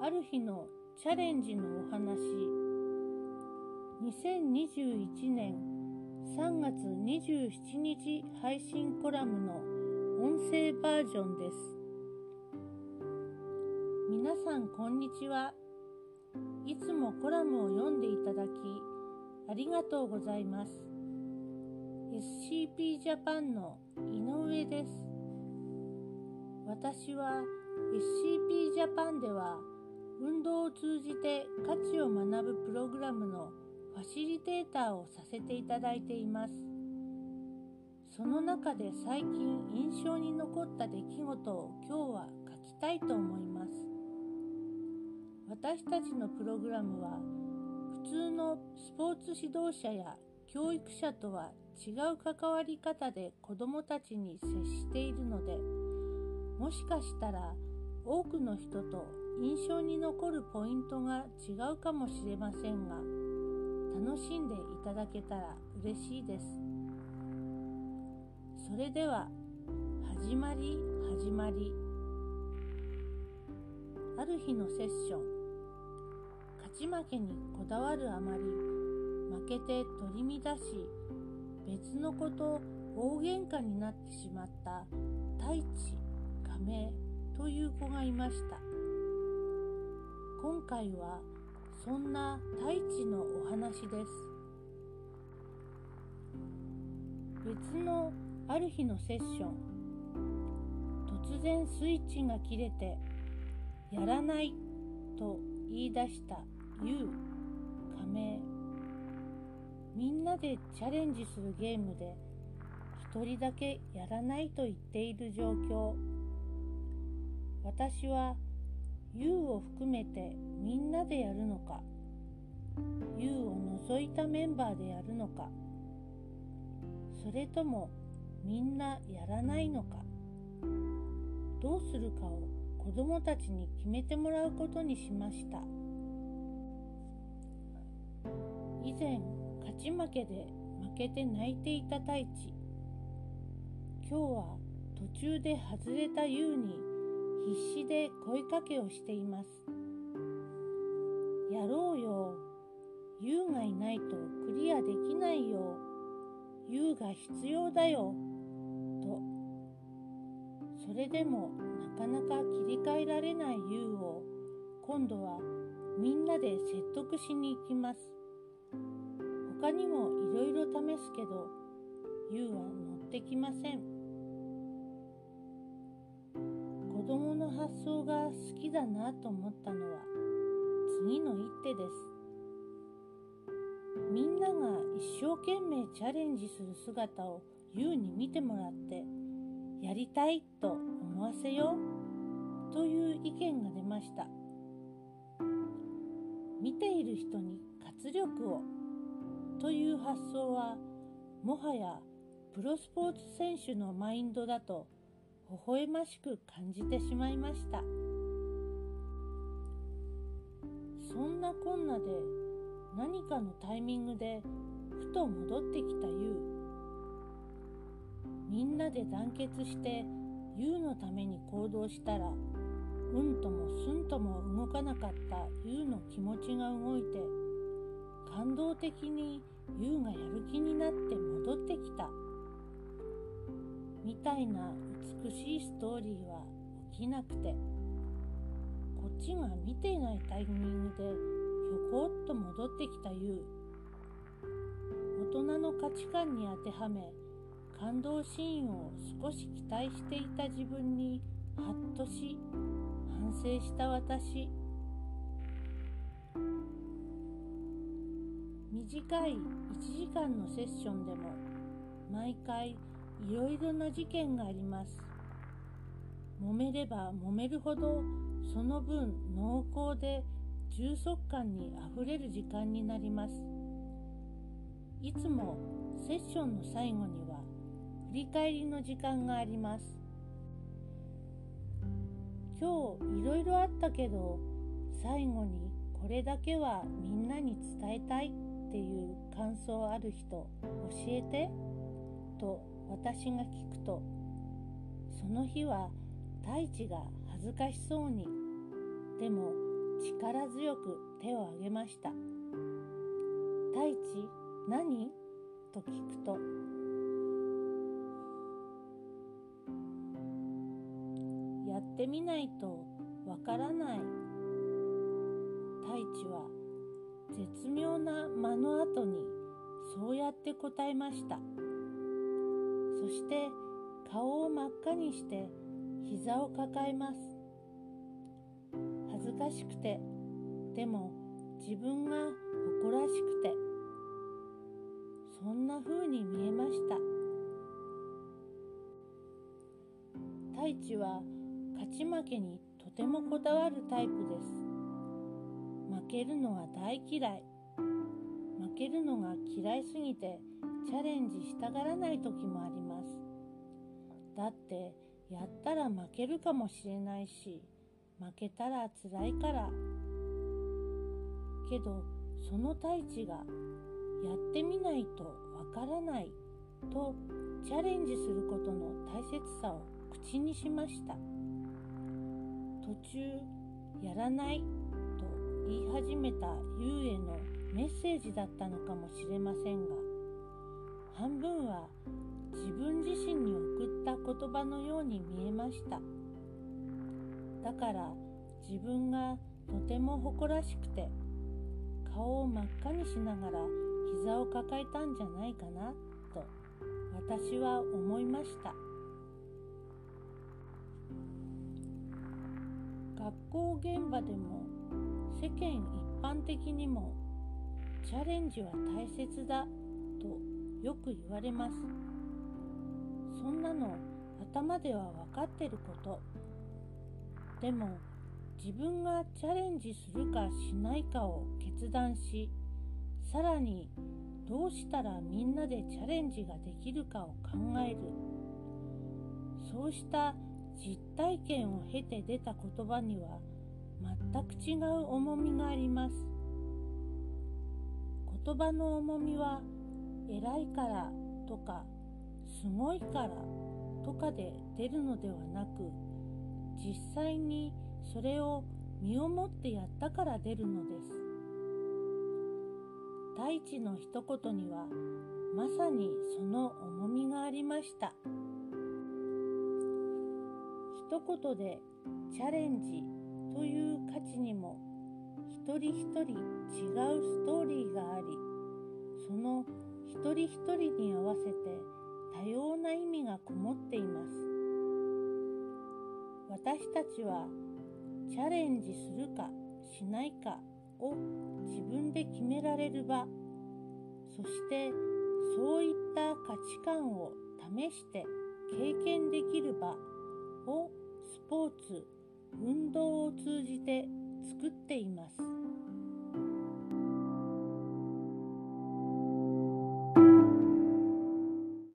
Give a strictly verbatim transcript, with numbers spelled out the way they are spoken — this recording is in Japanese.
ある日のチャレンジのお話。にせんにじゅういちねんさんがつにじゅうしちにち配信コラムの音声バージョンです。皆さんこんにちは。いつもコラムを読んでいただきありがとうございます。エスシーピー ジャパンの井上です。私は エスシーピー ジャパンでは運動を通じて価値を学ぶプログラムのファシリテーターをさせていただいています。その中で最近印象に残った出来事を今日は書きたいと思います。私たちのプログラムは普通のスポーツ指導者や教育者とは違う関わり方で子どもたちに接しているので、もしかしたら多くの人と印象に残るポイントが違うかもしれませんが、楽しんでいただけたら嬉しいです。それでは始まり始まり。ある日のセッション。勝ち負けにこだわるあまり負けて取り乱し、別の子と大喧嘩になってしまった太一、亀という子がいました。今回はそんな太一のお話です。別のある日のセッション、突然スイッチが切れてやらないと言い出したゆう、亀。みんなでチャレンジするゲームで一人だけやらないと言っている状況。私はユウを含めてみんなでやるのか、ユウを除いたメンバーでやるのか、それともみんなやらないのか、どうするかを子どもたちに決めてもらうことにしました。以前勝ち負けで負けて泣いていた太一。今日は途中で外れたユウに必死で声かけをしています。やろうよ。ユウがいないとクリアできないよ。ユウが必要だよ。と。それでもなかなか切り替えられないユウを今度はみんなで説得しに行きます。他にもいろいろ試すけど、ユウは乗ってきません。子供の発想が好きだなと思ったのは次の一手です。みんなが一生懸命チャレンジする姿をユウに見てもらってやりたいと思わせようという意見が出ました。見ている人に活力をという発想はもはやプロスポーツ選手のマインドだと微笑ましく感じてしまいました。そんなこんなで何かのタイミングでふと戻ってきたユウ。みんなで団結してユウのために行動したら、うんともすんとも動かなかったユウの気持ちが動いて、感動的にユウがやる気になって戻ってきたみたいな美しいストーリーは起きなくて、こっちが見ていないタイミングでひょこっと戻ってきたユウ。大人の価値観に当てはめ感動シーンを少し期待していた自分にハッとし反省した私。短いいちじかんのセッションでも毎回いろいろな事件があります。揉めれば揉めるほどその分濃厚で充足感にあふれる時間になります。いつもセッションの最後には振り返りの時間があります。今日いろいろあったけど最後にこれだけはみんなに伝えたいっていう感想ある人教えてと私が聞くと、その日は太一が恥ずかしそうに、でも力強く手を挙げました。太一、何？と聞くと、やってみないとわからない。太一は絶妙な間の後にそうやって答えました。そして顔を真っ赤にして膝を抱えます。恥ずかしくて、でも自分が誇らしくて、そんな風に見えました。太一は勝ち負けにとてもこだわるタイプです。負けるのは大嫌い。負けるのが嫌いすぎてチャレンジしたがらない時もあります。だってやったら負けるかもしれないし、負けたら辛いから。けどその太一がやってみないとわからないとチャレンジすることの大切さを口にしました。途中やらないと言い始めた優へのメッセージだったのかもしれませんが、半分は自分自身に送った言葉のように見えました。だから自分がとても誇らしくて、顔を真っ赤にしながら膝を抱えたんじゃないかなと私は思いました。学校現場でも世間一般的にもチャレンジは大切だとよく言われます。そんなの頭では分かってること。でも自分がチャレンジするかしないかを決断し、さらにどうしたらみんなでチャレンジができるかを考える。そうした実体験を経て出た言葉には全く違う重みがあります。言葉の重みは偉いからとかすごいからとかで出るのではなく、実際にそれを身をもってやったから出るのです。太一の一言にはまさにその重みがありました。一言でチャレンジという価値にも一人一人違うストーリーがあり、その一人一人に合わせて多様な意味がこもっています。私たちはチャレンジするかしないかを自分で決められる場、そしてそういった価値観を試して経験できる場をスポーツ、運動を通じて作っています。